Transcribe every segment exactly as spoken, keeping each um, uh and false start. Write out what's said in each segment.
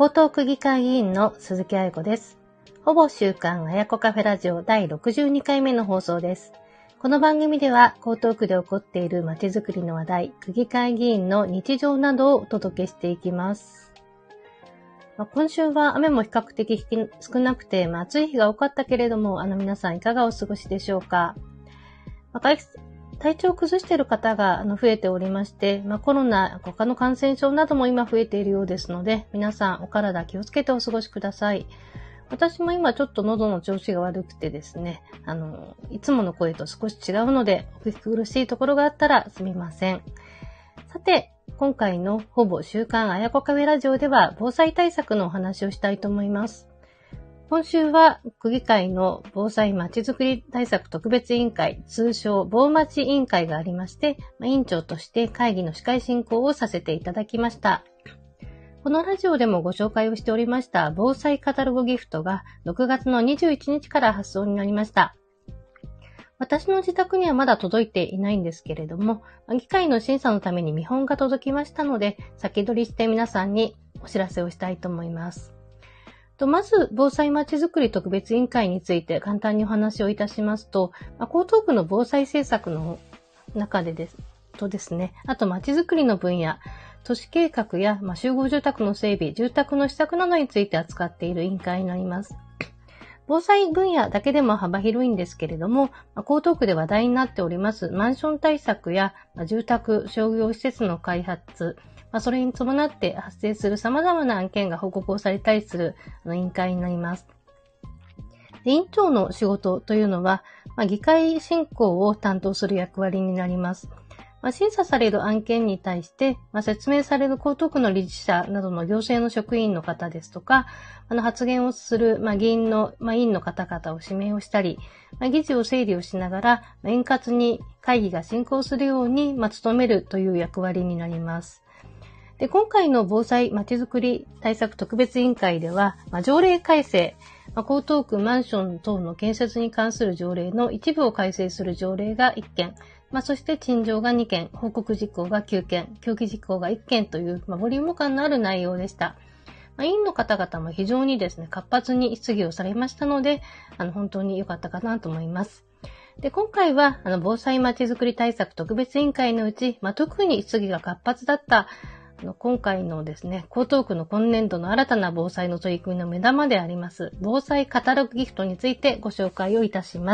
江東区議会議員の鈴木愛子です。ほぼ週刊あやこカフェラジオだいろくじゅうにかいめの放送です。この番組では江東区で起こっているまちづくりの話題、区議会議員の日常などをお届けしていきます。まあ、今週は雨も比較的少なくて、まあ、暑い日が多かったけれども、あの皆さんいかがお過ごしでしょうか。まあ体調を崩している方が増えておりまして、まあ、コロナ、他の感染症なども今増えているようですので、皆さんお体気をつけてお過ごしください。私も今ちょっと喉の調子が悪くてですね、あの、いつもの声と少し違うので、お聞き苦しいところがあったらすみません。さて、今回のほぼ週刊あやこカフェラジオでは防災対策のお話をしたいと思います。今週は区議会の防災まちづくり対策特別委員会、通称防まち委員会がありまして、委員長として会議の司会進行をさせていただきました。このラジオでもご紹介をしておりました防災カタログギフトがろくがつのにじゅういちにちから発送になりました。私の自宅にはまだ届いていないんですけれども、議会の審査のために見本が届きましたので、先取りして皆さんにお知らせをしたいと思います。まず、防災まちづくり特別委員会について簡単にお話をいたしますと、江東区の防災政策の中でですとですね、あとまちづくりの分野、都市計画や、まあ、集合住宅の整備、住宅の施策などについて扱っている委員会になります。防災分野だけでも幅広いんですけれども、江東区で話題になっておりますマンション対策や、まあ、住宅、商業施設の開発、まあ、それに伴って発生する様々な案件が報告をされたりする委員会になります。委員長の仕事というのは、まあ、議会進行を担当する役割になります。まあ、審査される案件に対して、まあ、説明される江東区の理事者などの行政の職員の方ですとか、あの発言をする、まあ、議員の、まあ、委員の方々を指名をしたり、まあ、議事を整理をしながら、円滑に会議が進行するように、まあ、努めるという役割になります。で、今回の防災まちづくり対策特別委員会では、まあ、条例改正、まあ、江東区マンション等の建設に関する条例の一部を改正する条例がいっけん、まあ、そして陳情がにけん、報告事項がきゅうけん、協議事項がいっけんという、まあ、ボリューム感のある内容でした。まあ、委員の方々も非常にですね、活発に質疑をされましたので、あの本当に良かったかなと思います。で、今回はあの防災まちづくり対策特別委員会のうち、まあ、特に質疑が活発だった今回のですね、江東区の今年度の新たな防災の取り組みの目玉であります、防災カタログギフトについてご紹介をいたします。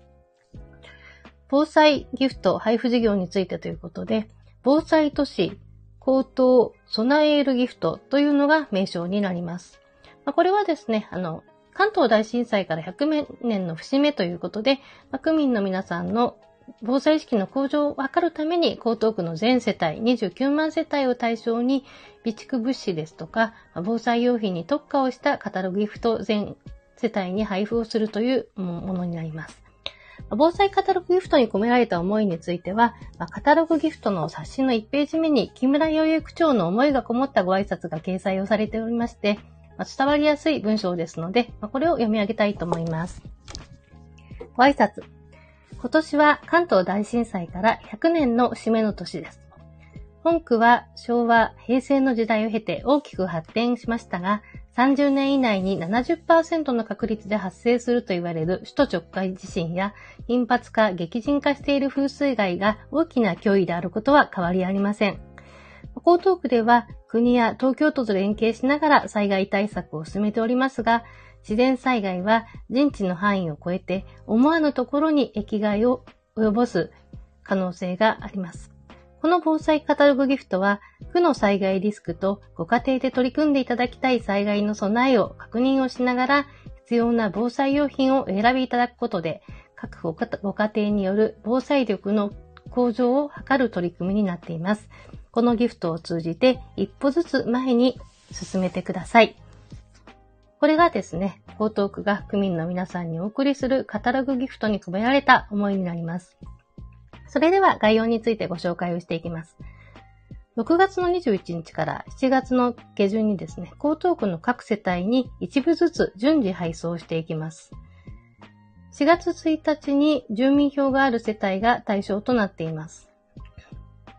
防災ギフト配布事業についてということで、防災都市高等備えるギフトというのが名称になります。これはですね、あの、関東大震災からひゃくねんの節目ということで、区民の皆さんの防災意識の向上を図るために、江東区の全世帯、にじゅうきゅうまんせたいを対象に、備蓄物資ですとか、防災用品に特化をしたカタログギフト全世帯に配布をするというものになります。防災カタログギフトに込められた思いについては、カタログギフトの冊子のいちページ目に木村洋之区長の思いがこもったご挨拶が掲載をされておりまして、伝わりやすい文章ですので、これを読み上げたいと思います。ご挨拶。今年は関東大震災からひゃくねんの節目の年です。本区は昭和、平成の時代を経て大きく発展しましたが、さんじゅうねん以内に ななじゅっパーセント の確率で発生すると言われる首都直下地震や頻発化、激甚化している風水害が大きな脅威であることは変わりありません。江東区では国や東京都と連携しながら災害対策を進めておりますが、自然災害は人知の範囲を超えて思わぬところに益害を及ぼす可能性があります。この防災カタログギフトは、区の災害リスクとご家庭で取り組んでいただきたい災害の備えを確認をしながら、必要な防災用品をお選びいただくことで、各ご家庭による防災力の向上を図る取り組みになっています。このギフトを通じて一歩ずつ前に進めてください。これがですね、江東区が区民の皆さんにお送りするカタログギフトに込められた思いになります。それでは概要についてご紹介をしていきます。ろくがつのにじゅういちにちからしちがつの下旬にですね、江東区の各世帯に一部ずつ順次配送していきます。しがつついたちに住民票がある世帯が対象となっています。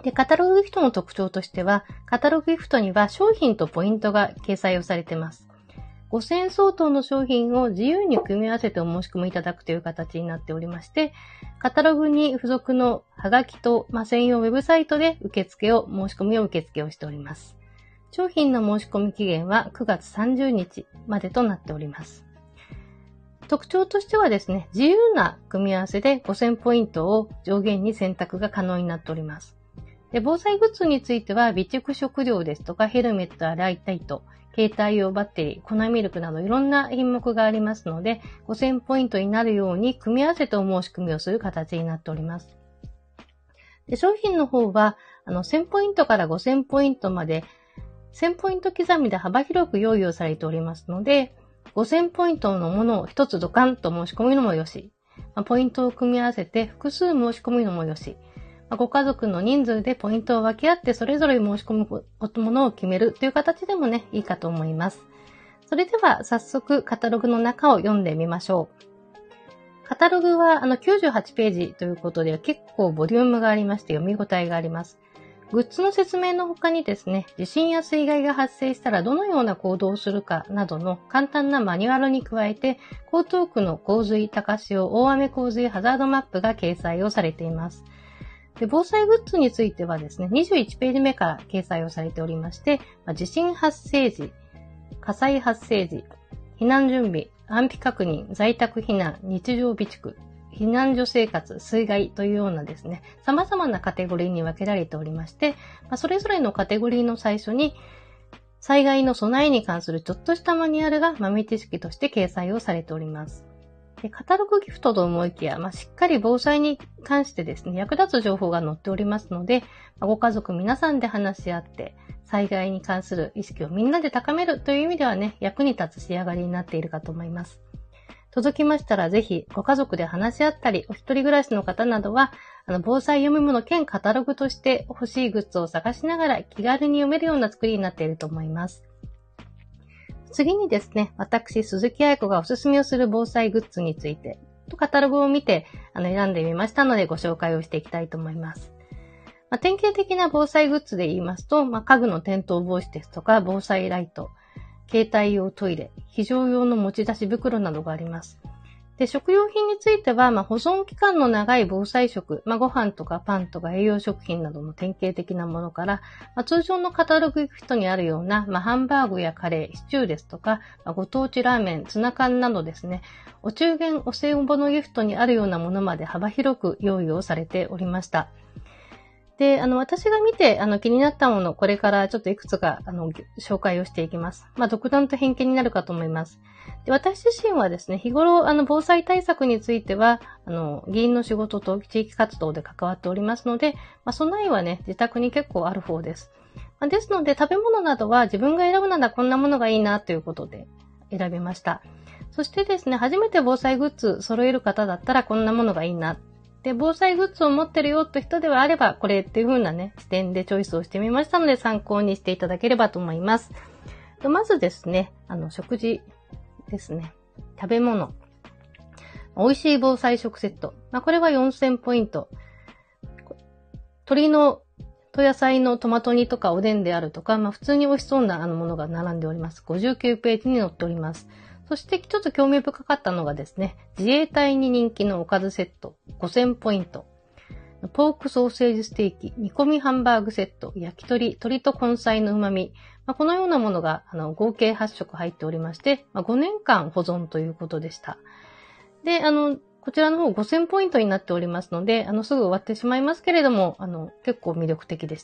で、カタログギフトの特徴としては、カタログギフトには商品とポイントが掲載をされています。ごせんえん相当の商品を自由に組み合わせてお申し込みいただくという形になっておりまして、カタログに付属のハガキと、まあ、専用ウェブサイトで受付を、申し込みを受付をしております。商品の申し込み期限はくがつさんじゅうにちまでとなっております。特徴としてはですね、自由な組み合わせでごせんポイントを上限に選択が可能になっております。で、防災グッズについては、備蓄食料ですとか、ヘルメットやライト、携帯用バッテリー、粉ミルクなどいろんな品目がありますので、ごせんポイントになるように組み合わせてお申し込みをする形になっております。で、商品の方は、あの、せんポイントからごせんポイントまで、せんポイント刻みで幅広く用意をされておりますので、ごせんポイントのものを一つドカンと申し込むのもよし、ポイントを組み合わせて複数申し込むのもよし、ご家族の人数でポイントを分け合ってそれぞれ申し込むものを決めるという形でもね、いいかと思います。それでは早速カタログの中を読んでみましょう。カタログはあのきゅうじゅうはちページということで結構ボリュームがありまして読み応えがあります。グッズの説明の他にですね、地震や水害が発生したらどのような行動をするかなどの簡単なマニュアルに加えて、江東区の洪水、高潮、大雨洪水ハザードマップが掲載をされています。で、防災グッズについてはですね、にじゅういちページ目から掲載をされておりまして、まあ、地震発生時、火災発生時、避難準備、安否確認、在宅避難、日常備蓄、避難所生活、水害というようなですね、様々なカテゴリーに分けられておりまして、まあ、それぞれのカテゴリーの最初に、災害の備えに関するちょっとしたマニュアルが豆知識として掲載をされております。で、カタログギフトと思いきや、まあ、しっかり防災に関してですね、役立つ情報が載っておりますので、まあ、ご家族皆さんで話し合って、災害に関する意識をみんなで高めるという意味ではね、役に立つ仕上がりになっているかと思います。届きましたらぜひご家族で話し合ったり、お一人暮らしの方などは、あの防災読み物兼カタログとして欲しいグッズを探しながら気軽に読めるような作りになっていると思います。次にですね、私、鈴木愛子がおすすめをする防災グッズについて、カタログを見てあの選んでみましたのでご紹介をしていきたいと思います。まあ、典型的な防災グッズで言いますと、まあ、家具の転倒防止ですとか、防災ライト、携帯用トイレ、非常用の持ち出し袋などがあります。で、食料品については、まあ、保存期間の長い防災食、まあ、ご飯とかパンとか栄養食品などの典型的なものから、まあ、通常のカタログギフトにあるような、まあ、ハンバーグやカレー、シチューですとか、まあ、ご当地ラーメン、ツナ缶などですね、お中元、お歳暮のギフトにあるようなものまで幅広く用意をされておりました。で、あの、私が見て、あの、気になったもの、これからちょっといくつか、あの、紹介をしていきます。まあ、独断と偏見になるかと思います。で、私自身はですね、日頃、あの、防災対策については、あの、議員の仕事と地域活動で関わっておりますので、まあ、備えはね、自宅に結構ある方です。まあ、ですので、食べ物などは自分が選ぶならこんなものがいいなということで選びました。そしてですね、初めて防災グッズ揃える方だったらこんなものがいいな。で、防災グッズを持ってるよって人ではあれば、これっていう風なね、視点でチョイスをしてみましたので、参考にしていただければと思います。まずですね、あの、食事ですね。食べ物。美味しい防災食セット。まあ、これはよんせんポイント。鶏の、と野菜のトマト煮とかおでんであるとか、まあ、普通に美味しそうなあのものが並んでおります。ごじゅうきゅうページに載っております。そしてちょっと興味深かったのがですね、自衛隊に人気のおかずセットごせんポイント、ポークソーセージステーキ、煮込みハンバーグセット、焼き鳥、鶏と根菜の旨味、まあ、このようなものがあの合計はち食入っておりまして、まあ、ごねんかん保存ということでした。で、あの、こちらの方ごせんポイントになっておりますので、あの、すぐ終わってしまいますけれども、あの、結構魅力的でした。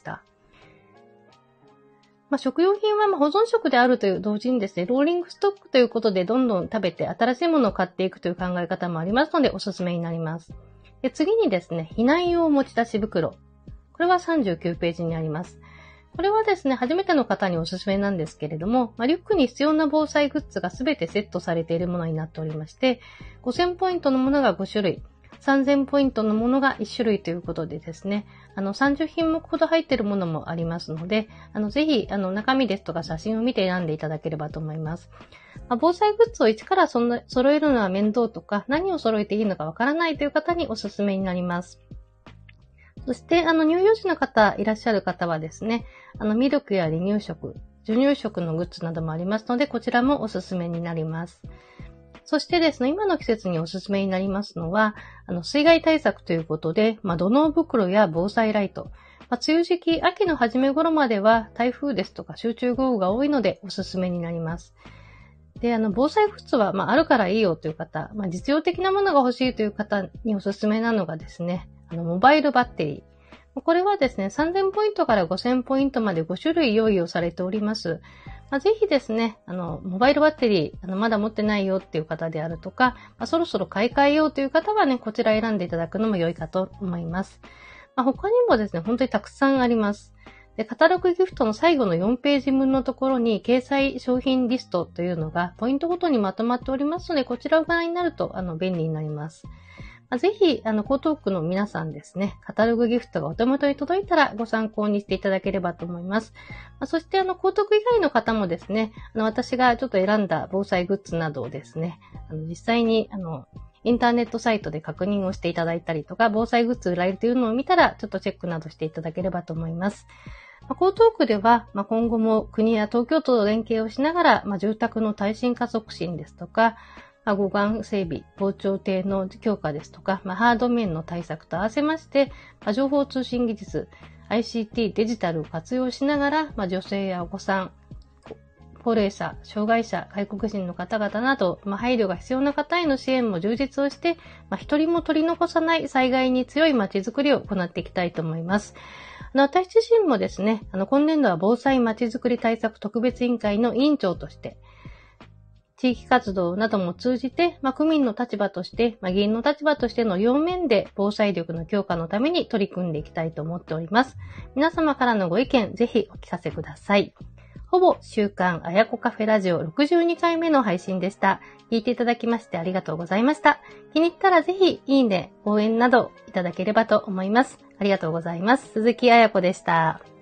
まあ、食用品はまあ保存食であるという同時にですね、ローリングストックということでどんどん食べて新しいものを買っていくという考え方もありますのでおすすめになります。で、次にですね、避難用持ち出し袋。これはさんじゅうきゅうページにあります。これはですね、初めての方におすすめなんですけれども、まあ、リュックに必要な防災グッズがすべてセットされているものになっておりまして、ごせんポイントのものがご種類、さんぜんポイントのものがいち種類ということでですね、あのさんじゅう品目ほど入っているものもありますので、あのぜひあの中身ですとか写真を見て選んでいただければと思います。まあ、防災グッズを一からそんな揃えるのは面倒とか、何を揃えていいのかわからないという方におすすめになります。 そして、あの、乳幼児の方いらっしゃる方はですね、あの、ミルクや離乳食、授乳食のグッズなどもありますので、こちらもおすすめになります。そしてですね、今の季節におすすめになりますのは、あの、水害対策ということで、まあ、土のう袋や防災ライト、まあ、梅雨時期、秋の初め頃までは台風ですとか集中豪雨が多いのでおすすめになります。で、あの、防災グッズは、まあ、あるからいいよという方、まあ、実用的なものが欲しいという方におすすめなのがですね、あの、モバイルバッテリー。これはですね、さんぜんポイントからごせんポイントまでご種類用意をされております。まあ、ぜひですね、あの、モバイルバッテリー、あの、まだ持ってないよっていう方であるとか、まあ、そろそろ買い替えようという方はね、こちら選んでいただくのも良いかと思います。まあ、他にもですね、本当にたくさんあります。で、カタログギフトの最後のよんページ分のところに掲載商品リストというのがポイントごとにまとまっておりますので、こちらをご覧になるとあの便利になります。まあ、ぜひ、あの、江東区の皆さんですね、カタログギフトがお手元に届いたらご参考にしていただければと思います。まあ、そして、あの、江東区以外の方もですね、あの、私がちょっと選んだ防災グッズなどをですね、あの、実際に、あの、インターネットサイトで確認をしていただいたりとか、防災グッズ売られているのを見たら、ちょっとチェックなどしていただければと思います。まあ、江東区では、まあ、今後も国や東京都と連携をしながら、まあ、住宅の耐震化促進ですとか、まあ、護岸整備、防潮堤の強化ですとか、まあ、ハード面の対策と合わせまして、まあ、情報通信技術、アイシーティー、デジタルを活用しながら、まあ、女性やお子さん、高齢者、障害者、外国人の方々など、まあ、配慮が必要な方への支援も充実をして、まあ、一人も取り残さない災害に強いまちづくりを行っていきたいと思います。あの私自身もですね、あの今年度は防災まちづくり対策特別委員会の委員長として、地域活動なども通じて、まあ、区民の立場として、まあ、議員の立場としての両面で防災力の強化のために取り組んでいきたいと思っております。皆様からのご意見、ぜひお聞かせください。ほぼ週刊あやこカフェラジオろくじゅうにかいめの配信でした。聞いていただきましてありがとうございました。気に入ったらぜひいいね、応援などいただければと思います。ありがとうございます。鈴木あやこでした。